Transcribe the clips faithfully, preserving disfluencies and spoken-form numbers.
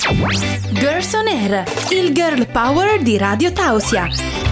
Girls on Air, il girl power di Radio Tausia.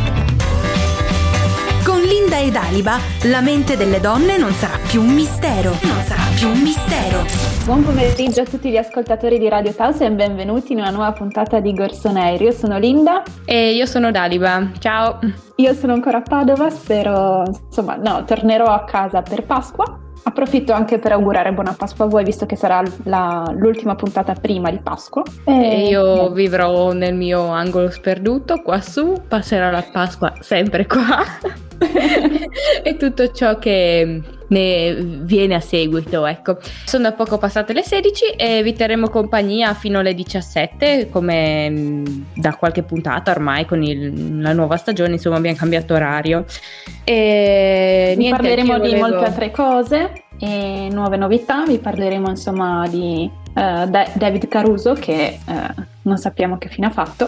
Con Linda e Dalila, la mente delle donne non sarà più un mistero. Non sarà più un mistero. Buon pomeriggio a tutti gli ascoltatori di Radio Tausia e benvenuti in una nuova puntata di Girls on Air. Io sono Linda. E io sono Dalila. Ciao. Io sono ancora a Padova, spero, insomma, no, tornerò a casa per Pasqua. Approfitto anche per augurare buona Pasqua a voi, visto che sarà la, l'ultima puntata prima di Pasqua. E, e io eh. vivrò nel mio angolo sperduto, qua su, passerò la Pasqua sempre qua. E tutto ciò che ne viene a seguito, ecco. Sono da poco passate le sedici e vi terremo compagnia fino alle diciassette, come da qualche puntata ormai con il, la nuova stagione, insomma abbiamo cambiato orario. E vi niente, parleremo volevo... di molte altre cose e nuove novità, vi parleremo insomma di uh, Da- David Caruso che uh, non sappiamo che fine ha fatto.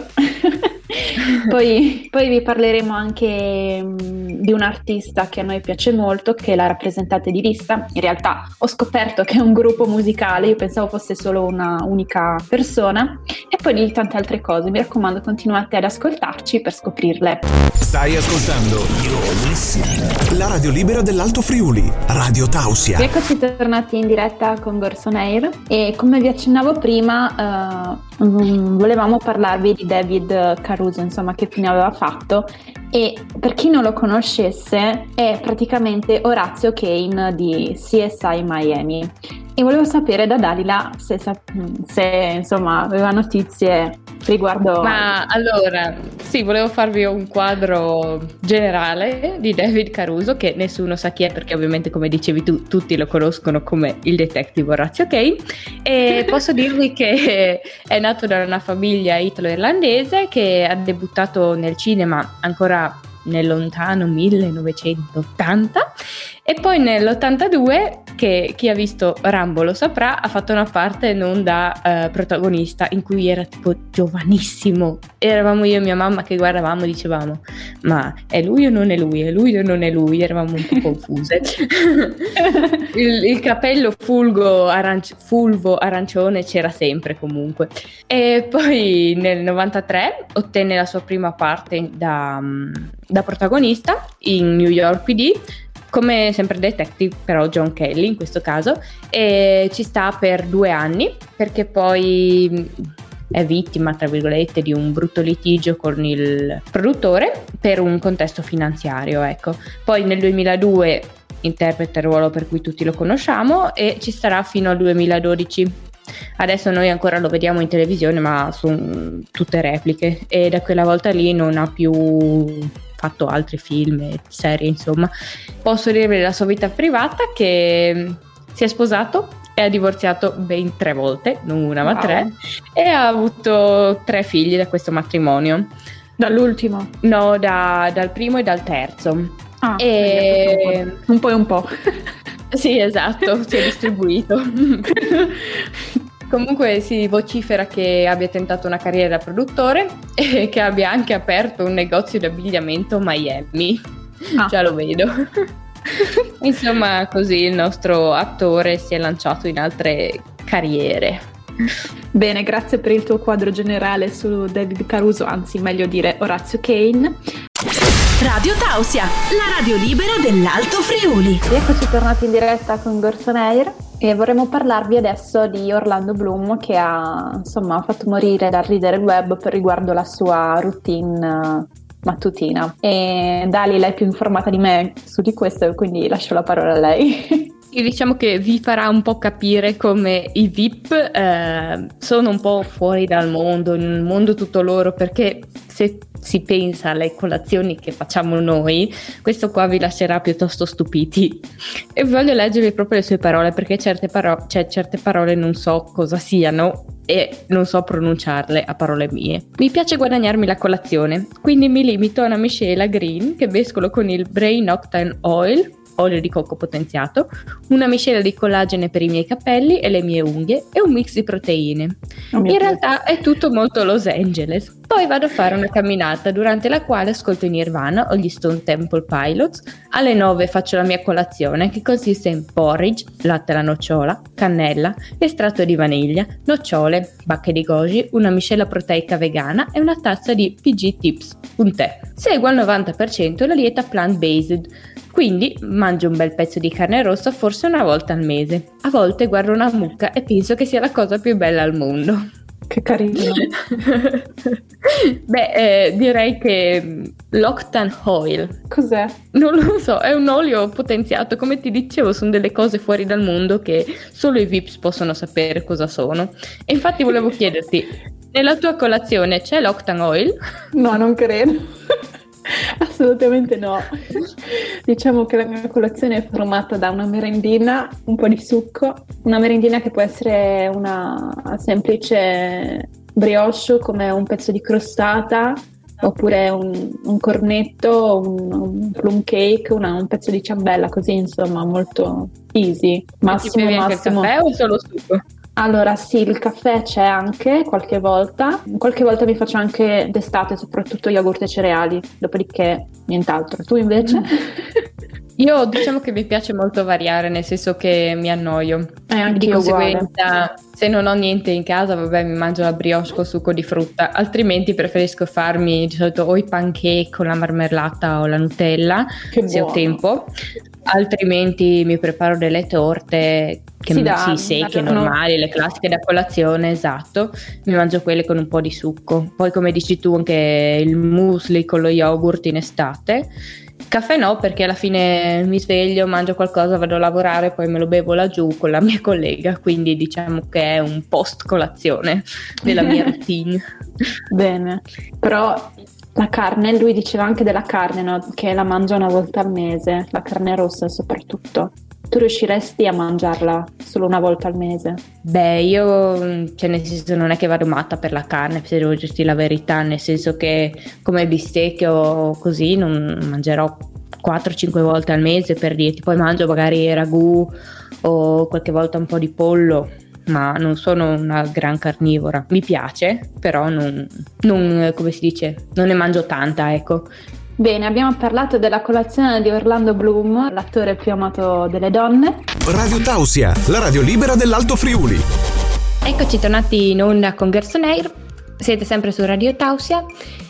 poi, poi vi parleremo anche mh, di un artista che a noi piace molto, che è la Rappresentante di Vista. In realtà ho scoperto che è un gruppo musicale, io pensavo fosse solo una unica persona, e poi di tante altre cose. Mi raccomando, continuate ad ascoltarci per scoprirle. Stai ascoltando la radio libera dell'Alto Friuli, Radio Tausia. Eccoci tornati in diretta con Girls on Air e come vi accennavo prima uh, um, volevamo parlarvi di David Caruso, insomma, che fine aveva fatto. E per chi non lo conoscesse è praticamente Orazio Kane di C S I Miami. E volevo sapere da Dalila se, se insomma aveva notizie riguardo. Ma allora, sì, volevo farvi un quadro generale di David Caruso, che nessuno sa chi è perché ovviamente, come dicevi tu, tutti lo conoscono come il detective Orazio Kane. E posso dirvi che è nato da una famiglia italo-irlandese che ha debuttato nel cinema ancora nel lontano millenovecentottanta e poi nell'ottantadue, che chi ha visto Rambo lo saprà, ha fatto una parte non da uh, protagonista in cui era tipo giovanissimo. Eravamo io e mia mamma che guardavamo e dicevamo: ma è lui o non è lui? È lui o non è lui? Eravamo un po' confuse. il, il capello fulgo aranci- fulvo arancione c'era sempre comunque. E poi nel novantatré ottenne la sua prima parte da, da protagonista in New York P D, come sempre detective, però John Kelly in questo caso, e ci sta per due anni perché poi è vittima, tra virgolette, di un brutto litigio con il produttore per un contesto finanziario, ecco. Poi nel duemiladue interpreta il ruolo per cui tutti lo conosciamo e ci starà fino al duemiladodici. Adesso noi ancora lo vediamo in televisione, ma sono tutte repliche, e da quella volta lì non ha più fatto altri film e serie, insomma. Posso dirvi della sua vita privata che si è sposato e ha divorziato ben tre volte, non una ma wow. tre, e ha avuto tre figli da questo matrimonio. Dall'ultimo? No, da, dal primo e dal terzo. Ah, e... un po' e un po'. Sì, esatto, si è distribuito. Comunque si vocifera che abbia tentato una carriera da produttore e che abbia anche aperto un negozio di abbigliamento a Miami. Ah. Già lo vedo. Insomma, così il nostro attore si è lanciato in altre carriere. Bene, grazie per il tuo quadro generale su David Caruso, anzi meglio dire Orazio Kane. Radio Tausia, la radio libera dell'Alto Friuli. Eccoci tornati in diretta con Girls on Air e vorremmo parlarvi adesso di Orlando Bloom, che ha insomma fatto morire dal ridere il web per riguardo la sua routine mattutina. E Dalila è più informata di me su di questo, quindi lascio la parola a lei. Io diciamo che vi farà un po' capire come i V I P eh, sono un po' fuori dal mondo, un mondo tutto loro, perché se si pensa alle colazioni che facciamo noi, questo qua vi lascerà piuttosto stupiti. E voglio leggervi proprio le sue parole, perché certe, paro- cioè, certe parole non so cosa siano e non so pronunciarle a parole mie. Mi piace guadagnarmi la colazione, quindi mi limito a una miscela green che mescolo con il Brain Octane Oil, olio di cocco potenziato, una miscela di collagene per i miei capelli e le mie unghie e un mix di proteine. Oh, in realtà è tutto molto Los Angeles. Poi vado a fare una camminata durante la quale ascolto i Nirvana o gli Stone Temple Pilots. Alle nove faccio la mia colazione che consiste in porridge, latte alla nocciola, cannella, estratto di vaniglia, nocciole, bacche di goji, una miscela proteica vegana e una tazza di P G Tips, un tè. Seguo al novanta per cento la dieta plant-based, quindi mangio un bel pezzo di carne rossa forse una volta al mese. A volte guardo una mucca e penso che sia la cosa più bella al mondo. Che carino. Beh, eh, direi che l'Octane Oil. Cos'è? Non lo so, è un olio potenziato, come ti dicevo, sono delle cose fuori dal mondo che solo i V I Ps possono sapere cosa sono. E infatti volevo chiederti, nella tua colazione c'è l'Octane Oil? No, non credo. Assolutamente no. Diciamo che la mia colazione è formata da una merendina, un po' di succo, una merendina che può essere una semplice brioche come un pezzo di crostata, oppure un, un cornetto, un, un plum cake, una, un pezzo di ciambella, così insomma molto easy. Massimo, Ti bevi anche massimo. il caffè o solo succo? Allora sì, il caffè c'è anche qualche volta, qualche volta mi faccio anche d'estate soprattutto yogurt e cereali, dopodiché nient'altro. Tu invece? Io diciamo che mi piace molto variare, nel senso che mi annoio. Eh, anche Di io conseguenza, uguale. se non ho niente in casa, vabbè, mi mangio la brioche con succo di frutta, altrimenti preferisco farmi di solito o i pancake con la marmellata o la Nutella, Che se ho buono. tempo. Altrimenti mi preparo delle torte che Sì, mi, da- sì, secche, da- no. normali, le classiche da colazione, esatto. Mi mangio quelle con un po' di succo. Poi, come dici tu, anche il muesli con lo yogurt in estate. Caffè no, perché alla fine mi sveglio, mangio qualcosa, vado a lavorare, poi me lo bevo laggiù con la mia collega, quindi diciamo che è un post colazione della mia routine. Bene, però la carne, lui diceva anche della carne, no? Che la mangia una volta al mese, la carne rossa soprattutto. Tu riusciresti a mangiarla solo una volta al mese? Beh, io, cioè nel senso, non è che vado matta per la carne, se devo dirti la verità, nel senso che come bistecche o così non mangerò quattro cinque volte al mese, per dirti. Poi mangio magari ragù o qualche volta un po' di pollo, ma non sono una gran carnivora. Mi piace, però non, non come si dice, non ne mangio tanta, ecco. Bene, abbiamo parlato della colazione di Orlando Bloom, l'attore più amato delle donne. Radio Tausia, la radio libera dell'Alto Friuli. Eccoci tornati in onda con Gerson Air, siete sempre su Radio Tausia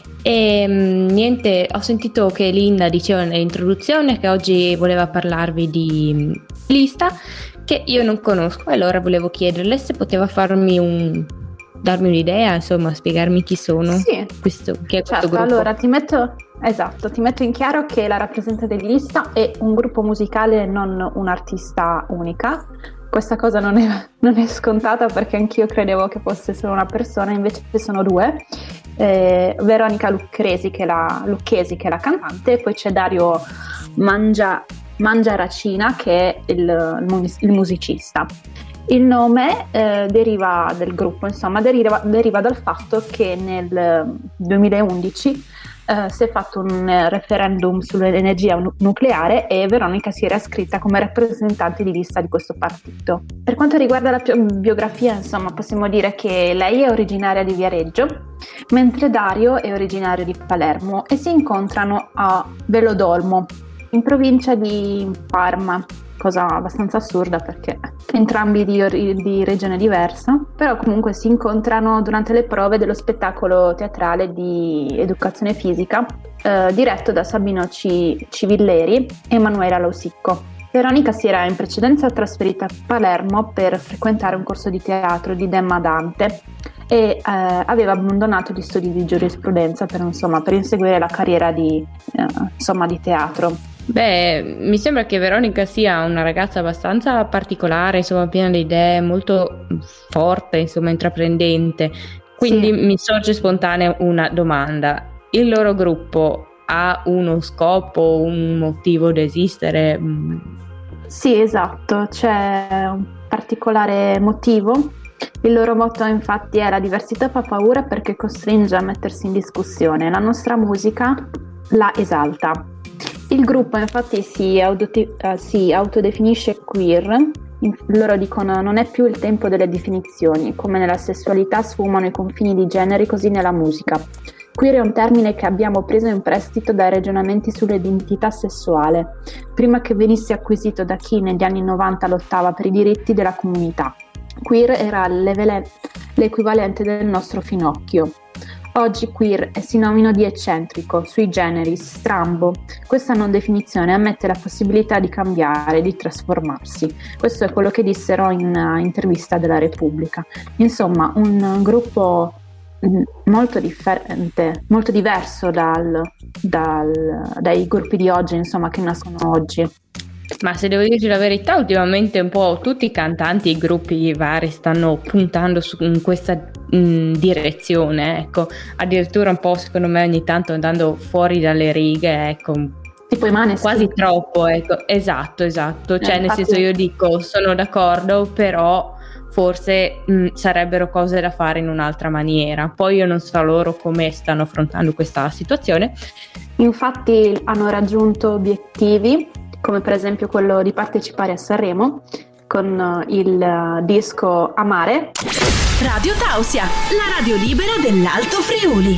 e mh, niente, ho sentito che Linda diceva nell'introduzione che oggi voleva parlarvi di mh, lista che io non conosco, allora volevo chiederle se poteva farmi un darmi un'idea, insomma, spiegarmi chi sono. Sì, questo, chi è questo certo, gruppo. allora ti metto, esatto, ti metto in chiaro che la rappresentante di lista è un gruppo musicale, non un'artista unica. Questa cosa non è, non è scontata perché anch'io credevo che fosse solo una persona, invece sono due. Eh, Veronica Lucchesi che, è la, Lucchesi che è la cantante, e poi c'è Dario Mangia, Mangiaracina che è il, il, il musicista. Il nome eh, deriva del gruppo, insomma, deriva, deriva dal fatto che nel duemilaundici eh, si è fatto un referendum sull'energia nu- nucleare e Veronica si era iscritta come rappresentante di lista di questo partito. Per quanto riguarda la pi- biografia, insomma, possiamo dire che lei è originaria di Viareggio, mentre Dario è originario di Palermo e si incontrano a Velodolmo, in provincia di Parma. Cosa abbastanza assurda perché entrambi di, di regione diversa, però comunque si incontrano durante le prove dello spettacolo teatrale di educazione fisica eh, diretto da Sabino C- Civilleri e Emanuela Lausicco. Veronica si era in precedenza trasferita a Palermo per frequentare un corso di teatro di Demma Dante e eh, aveva abbandonato gli studi di giurisprudenza per, insomma, per inseguire la carriera di, eh, insomma, di teatro. Beh, mi sembra che Veronica sia una ragazza abbastanza particolare, insomma, piena di idee, molto forte, insomma, intraprendente. Quindi Sì. mi sorge spontanea una domanda. Il loro gruppo ha uno scopo, un motivo di esistere? Sì, esatto, c'è un particolare motivo. Il loro motto infatti è: la diversità fa paura perché costringe a mettersi in discussione, la nostra musica la esalta. Il gruppo infatti si, auto- uh, si autodefinisce queer. Loro dicono: non è più il tempo delle definizioni, come nella sessualità sfumano i confini di generi, così nella musica. Queer è un termine che abbiamo preso in prestito dai ragionamenti sull'identità sessuale, prima che venisse acquisito da chi negli anni novanta lottava per i diritti della comunità. Queer era l'equivalente del nostro finocchio. Oggi queer è sinonimo di eccentrico, sui generis, strambo. Questa non definizione ammette la possibilità di cambiare, di trasformarsi. Questo è quello che dissero in uh, intervista della Repubblica. Insomma, un uh, gruppo mh, molto differente, molto diverso dal, dal, dai gruppi di oggi, insomma, che nascono oggi. Ma se devo dirti la verità, ultimamente un po' tutti i cantanti, i gruppi vari stanno puntando su in questa mh, direzione, ecco, addirittura un po' secondo me ogni tanto andando fuori dalle righe, ecco, tipo i Maneskin. Quasi troppo, ecco, esatto, esatto, cioè eh, nel infatti... senso io dico sono d'accordo, però forse mh, sarebbero cose da fare in un'altra maniera. Poi io non so loro come stanno affrontando questa situazione. Infatti hanno raggiunto obiettivi, come per esempio quello di partecipare a Sanremo con il uh, disco Amare. Radio Tausia, la radio libera dell'Alto Friuli.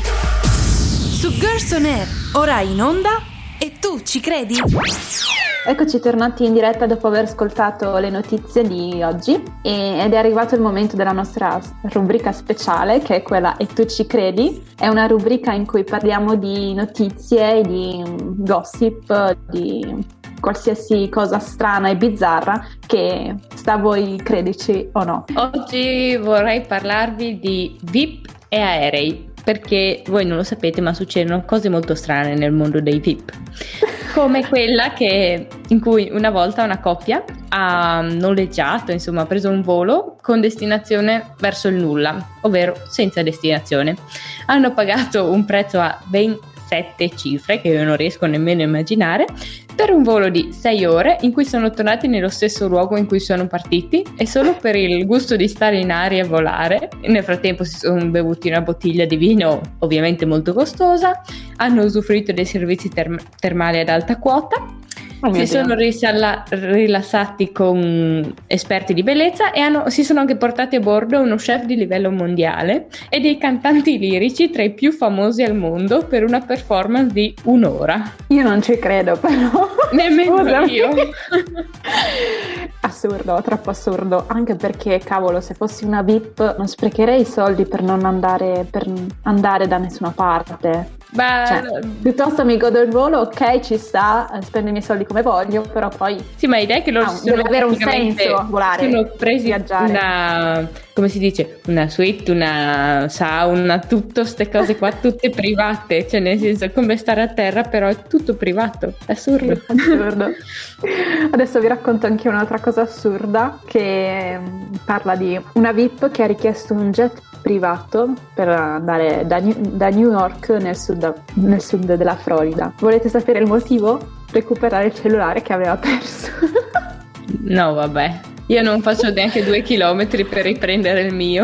Su Girls on Air, ora in onda, e tu ci credi? Eccoci tornati in diretta dopo aver ascoltato le notizie di oggi e, ed è arrivato il momento della nostra rubrica speciale, che è quella E tu ci credi? È una rubrica in cui parliamo di notizie, di gossip, di qualsiasi cosa strana e bizzarra che sta a voi credici o no. Oggi vorrei parlarvi di V I P e aerei, perché voi non lo sapete ma succedono cose molto strane nel mondo dei V I P, come quella che in cui una volta una coppia ha noleggiato, insomma ha preso un volo con destinazione verso il nulla, ovvero senza destinazione. Hanno pagato un prezzo a ben sette cifre che io non riesco nemmeno a immaginare per un volo di sei ore in cui sono tornati nello stesso luogo in cui sono partiti, e solo per il gusto di stare in aria e volare. Nel frattempo si sono bevuti una bottiglia di vino ovviamente molto costosa, hanno usufruito dei servizi term- termali ad alta quota, Oh si sono risalla- rilassati con esperti di bellezza e hanno, si sono anche portati a bordo uno chef di livello mondiale e dei cantanti lirici tra i più famosi al mondo per una performance di un'ora. Io non ci credo, però. Nemmeno Scusami. io. Assurdo, troppo assurdo, anche perché cavolo, se fossi una V I P non sprecherei i soldi per non andare per andare da nessuna parte. Beh, cioè, piuttosto mi godo il volo, ok, ci sta, spendo i miei soldi come voglio, però poi sì, ma l'idea è che loro ah, sono deve avere un senso volare, sono presi viaggiare. Una, come si dice, una suite, una sauna, tutte queste cose qua, tutte private, cioè nel senso è come stare a terra, però è tutto privato, è assurdo. Sì, assurdo. Adesso vi racconto anche un'altra cosa assurda che parla di una V I P che ha richiesto un jet privato per andare da New, da New York nel sud, nel sud della Florida. Volete sapere il motivo? Recuperare il cellulare che aveva perso. No, vabbè, io non faccio neanche due chilometri per riprendere il mio.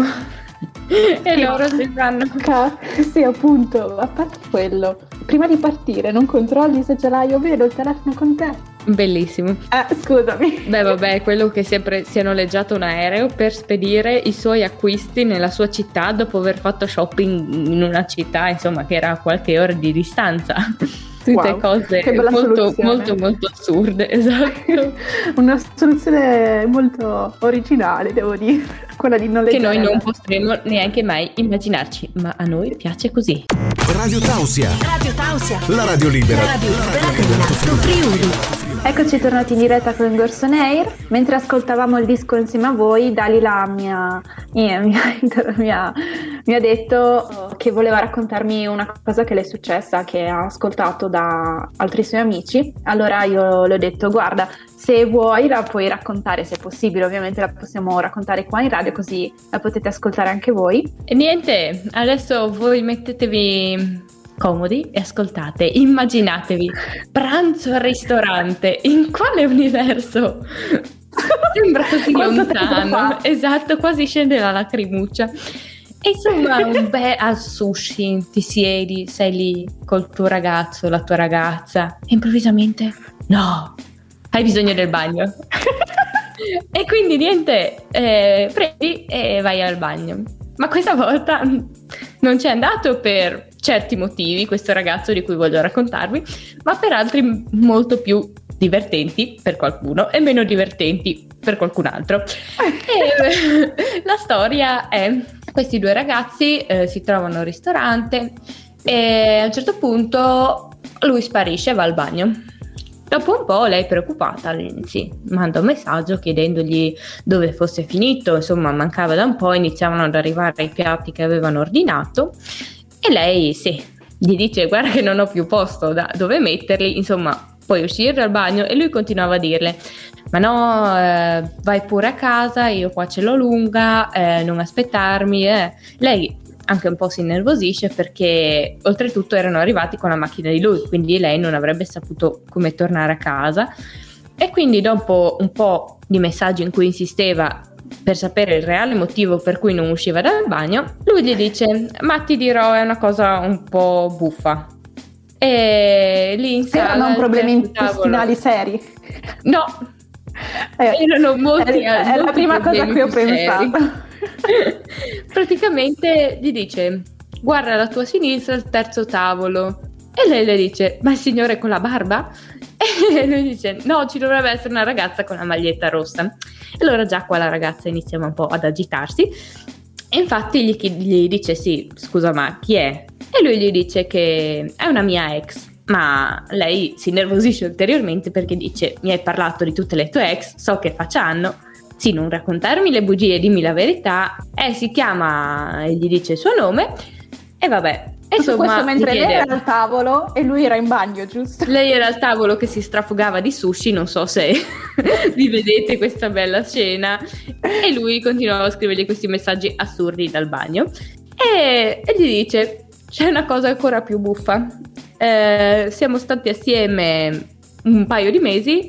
E sì, loro si fanno sì, appunto, a parte quello, prima di partire non controlli se ce l'hai, io vedo il telefono con te. Bellissimo. Eh, scusami. Beh, vabbè, quello che sempre si è noleggiato un aereo per spedire i suoi acquisti nella sua città dopo aver fatto shopping in una città, insomma, che era a qualche ora di distanza. Tutte wow, cose molto, molto, molto assurde, esatto. Una soluzione molto originale, devo dire, quella di noleggiare. Che noi non potremmo neanche mai immaginarci, ma a noi piace così. Radio Tausia. Radio Tausia. La radio libera. La radio libera dell'Alto Friuli. Eccoci tornati in diretta con Girls on Air. Mentre ascoltavamo il disco insieme a voi, Dalila mi ha, mi ha, mi ha, mi ha detto che voleva raccontarmi una cosa che le è successa, che ha ascoltato da altri suoi amici. Allora io le ho detto: guarda, se vuoi la puoi raccontare, se è possibile, ovviamente la possiamo raccontare qua in radio, così la potete ascoltare anche voi. E niente, adesso voi mettetevi comodi e ascoltate, immaginatevi pranzo al ristorante, in quale universo? Sembra così lontano, esatto, quasi scende la lacrimuccia. E insomma, un bel al sushi, ti siedi, sei lì col tuo ragazzo, la tua ragazza, e improvvisamente, no, hai bisogno del bagno. E quindi niente, eh, prendi e vai al bagno. Ma questa volta non c'è andato per certi motivi, questo ragazzo di cui voglio raccontarvi, ma per altri molto più divertenti per qualcuno e meno divertenti per qualcun altro. E la storia è: questi due ragazzi eh, si trovano al ristorante e a un certo punto lui sparisce e va al bagno. Dopo un po' lei, preoccupata, sì, manda un messaggio chiedendogli dove fosse finito, insomma mancava da un po', iniziavano ad arrivare i piatti che avevano ordinato e lei sì, gli dice guarda che non ho più posto da dove metterli, insomma puoi uscire dal bagno, e lui continuava a dirle ma no, eh, vai pure a casa, io qua ce l'ho lunga, eh, non aspettarmi. Eh. Lei anche un po' si innervosisce perché oltretutto erano arrivati con la macchina di lui, quindi lei non avrebbe saputo come tornare a casa, e quindi dopo un po' di messaggi in cui insisteva per sapere il reale motivo per cui non usciva dal bagno, lui gli dice ma ti dirò, è una cosa un po' buffa. E lì in sala erano problemi intestinali seri? No, eh, erano molti, è, è la prima cosa a cui ho pensato. Praticamente gli dice guarda alla tua sinistra il terzo tavolo, e lei le dice ma il signore con la barba? E lui dice no, ci dovrebbe essere una ragazza con la maglietta rossa. E allora già qua la ragazza inizia un po' ad agitarsi, e infatti gli, gli dice sì, scusa ma chi è? E lui gli dice che è una mia ex. Ma lei si innervosisce ulteriormente perché dice mi hai parlato di tutte le tue ex, so che facciano. Sì, non raccontarmi le bugie, dimmi la verità. Eh, si chiama, e gli dice il suo nome, e vabbè. E insomma, questo mentre chiede... lei era al tavolo e lui era in bagno, giusto? Lei era al tavolo che si strafugava di sushi, non so se vi vedete questa bella scena, e lui continuava a scrivergli questi messaggi assurdi dal bagno, e, e gli dice c'è una cosa ancora più buffa, eh, siamo stati assieme un paio di mesi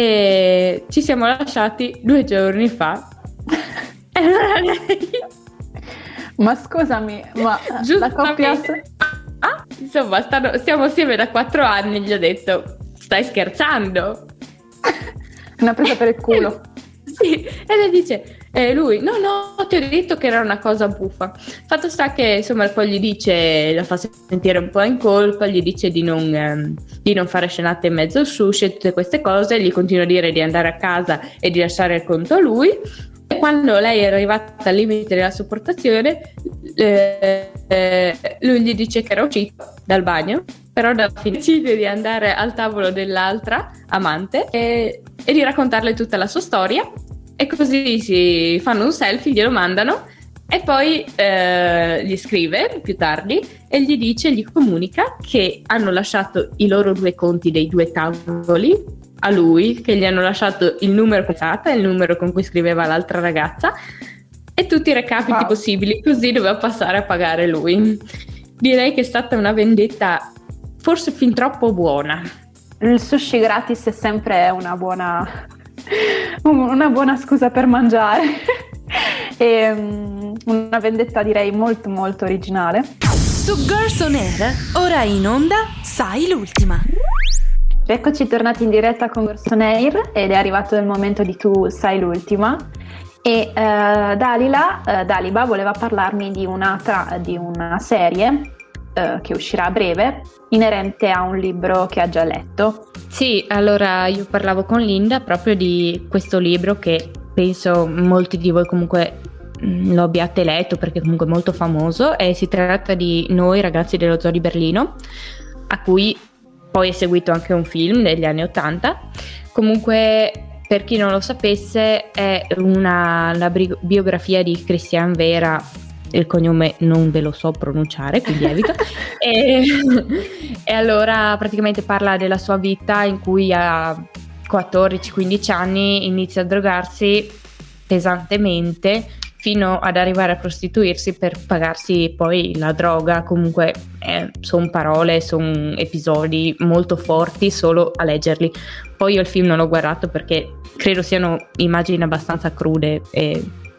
e ci siamo lasciati due giorni fa. E allora lei... Ma scusami, ma la coppia... Ah, insomma, stanno, stiamo assieme da quattro anni, gli ho detto, stai scherzando? Una presa per il culo. Sì, e lei dice, eh, lui, no no, ti ho detto che era una cosa buffa. Fatto sta che, insomma, poi gli dice, la fa sentire un po' in colpa, gli dice di non, ehm, di non fare scenate in mezzo al sushi e tutte queste cose, gli continua a dire di andare a casa e di lasciare il conto a lui. E quando lei è arrivata al limite della sopportazione, eh, eh, lui gli dice che era uscito dal bagno, però da decide di andare al tavolo dell'altra amante e, e di raccontarle tutta la sua storia, e così si fanno un selfie, glielo mandano, e poi eh, gli scrive più tardi e gli dice, gli comunica che hanno lasciato i loro due conti dei due tavoli a lui, che gli hanno lasciato il numero e il numero con cui scriveva l'altra ragazza e tutti i recapiti wow. possibili, così doveva passare a pagare lui. Direi che è stata una vendetta forse fin troppo buona. Il sushi gratis è sempre una buona una buona scusa per mangiare. E um, una vendetta direi molto molto originale. Su Girls on Air, ora in onda Sai l'ultima. Eccoci tornati in diretta con Girls on Air ed è arrivato il momento di Tu sai l'ultima, e uh, Dalila, uh, Daliba voleva parlarmi di una, tra, di una serie uh, che uscirà a breve inerente a un libro che ha già letto. Sì, allora io parlavo con Linda proprio di questo libro che penso molti di voi comunque mh, lo abbiate letto perché comunque è molto famoso, e si tratta di Noi ragazzi dello Zoo di Berlino, a cui poi è seguito anche un film negli anni ottanta. Comunque, per chi non lo sapesse, è una la bi- biografia di Christian Vera, il cognome non ve lo so pronunciare, quindi evito. e, e allora praticamente parla della sua vita in cui a quattordici quindici anni inizia a drogarsi pesantemente fino ad arrivare a prostituirsi per pagarsi poi la droga. Comunque eh, sono parole, sono episodi molto forti solo a leggerli. Poi io il film non l'ho guardato perché credo siano immagini abbastanza crude e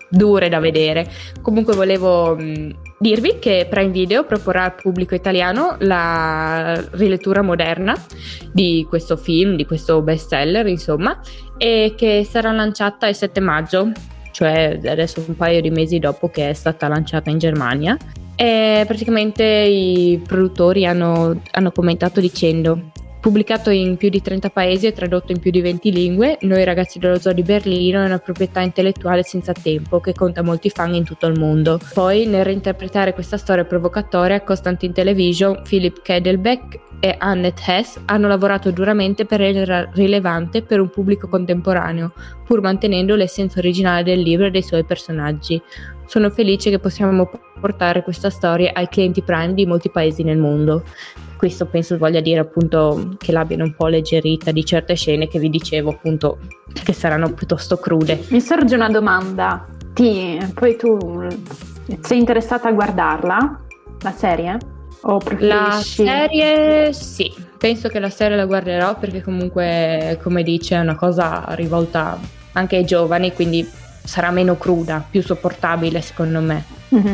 dure da vedere. Comunque volevo mh, dirvi che Prime Video proporrà al pubblico italiano la rilettura moderna di questo film, di questo bestseller, insomma, e che sarà lanciata il sette maggio, cioè adesso un paio di mesi dopo che è stata lanciata in Germania. E praticamente i produttori hanno, hanno commentato dicendo: pubblicato in più di trenta paesi e tradotto in più di venti lingue, Noi ragazzi dello zoo di Berlino è una proprietà intellettuale senza tempo che conta molti fan in tutto il mondo. Poi, nel reinterpretare questa storia provocatoria, Constantin Television, Philipp Kedelbeck e Annette Hess hanno lavorato duramente per renderla rilevante per un pubblico contemporaneo, pur mantenendo l'essenza originale del libro e dei suoi personaggi. Sono felice che possiamo portare questa storia ai clienti Prime di molti paesi nel mondo. Questo penso voglia dire appunto che l'abbiano un po' alleggerita di certe scene che vi dicevo appunto che saranno piuttosto crude. Mi sorge una domanda. Ti, poi tu sei interessata a guardarla, la serie? O preferisci... La serie sì, penso che la serie la guarderò perché comunque, come dice, è una cosa rivolta anche ai giovani, quindi sarà meno cruda, più sopportabile secondo me. Mm-hmm.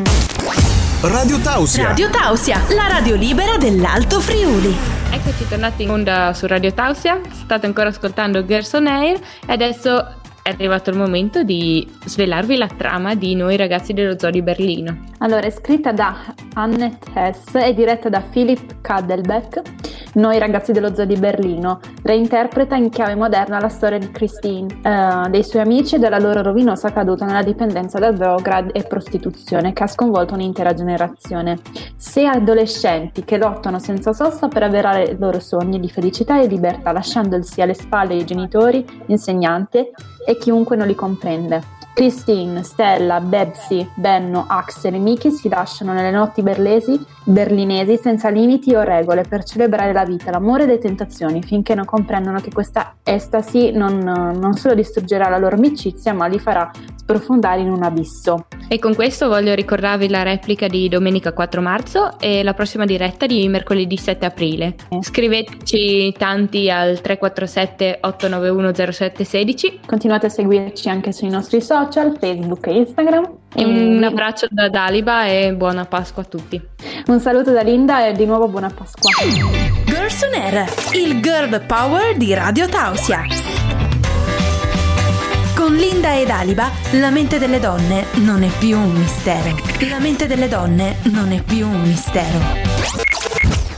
Radio Tausia. Radio Tausia, la radio libera dell'Alto Friuli. Eccoci tornati in onda su Radio Tausia, state ancora ascoltando Girls on Air e adesso è arrivato il momento di svelarvi la trama di Noi ragazzi dello zoo di Berlino. Allora, è scritta da Annette Hess e diretta da Philipp Kedelbeck. Noi ragazzi dello zoo di Berlino reinterpreta in chiave moderna la storia di Christine, eh, dei suoi amici e della loro rovinosa caduta nella dipendenza da droga e prostituzione che ha sconvolto un'intera generazione. Sei adolescenti che lottano senza sosta per avverare i loro sogni di felicità e libertà, lasciandosi alle spalle i genitori, l'insegnante e chiunque non li comprende. Christine, Stella, Bebsi, Benno, Axel e Miki si lasciano nelle notti berlesi, berlinesi senza limiti o regole per celebrare la vita, l'amore e le tentazioni, finché non comprendono che questa estasi non, non solo distruggerà la loro amicizia, ma li farà sprofondare in un abisso. E con questo voglio ricordarvi la replica di domenica quattro marzo e la prossima diretta di mercoledì sette aprile. Scriveteci tanti al tre quattro sette otto nove uno zero sette uno sei. Continuate a seguirci anche sui nostri social, Facebook e Instagram. E un abbraccio da Daliba e buona Pasqua a tutti. Un saluto da Linda e di nuovo buona Pasqua. Girls on Air, il girl power di Radio Tausia. Con Linda e Daliba, la mente delle donne non è più un mistero. La mente delle donne non è più un mistero.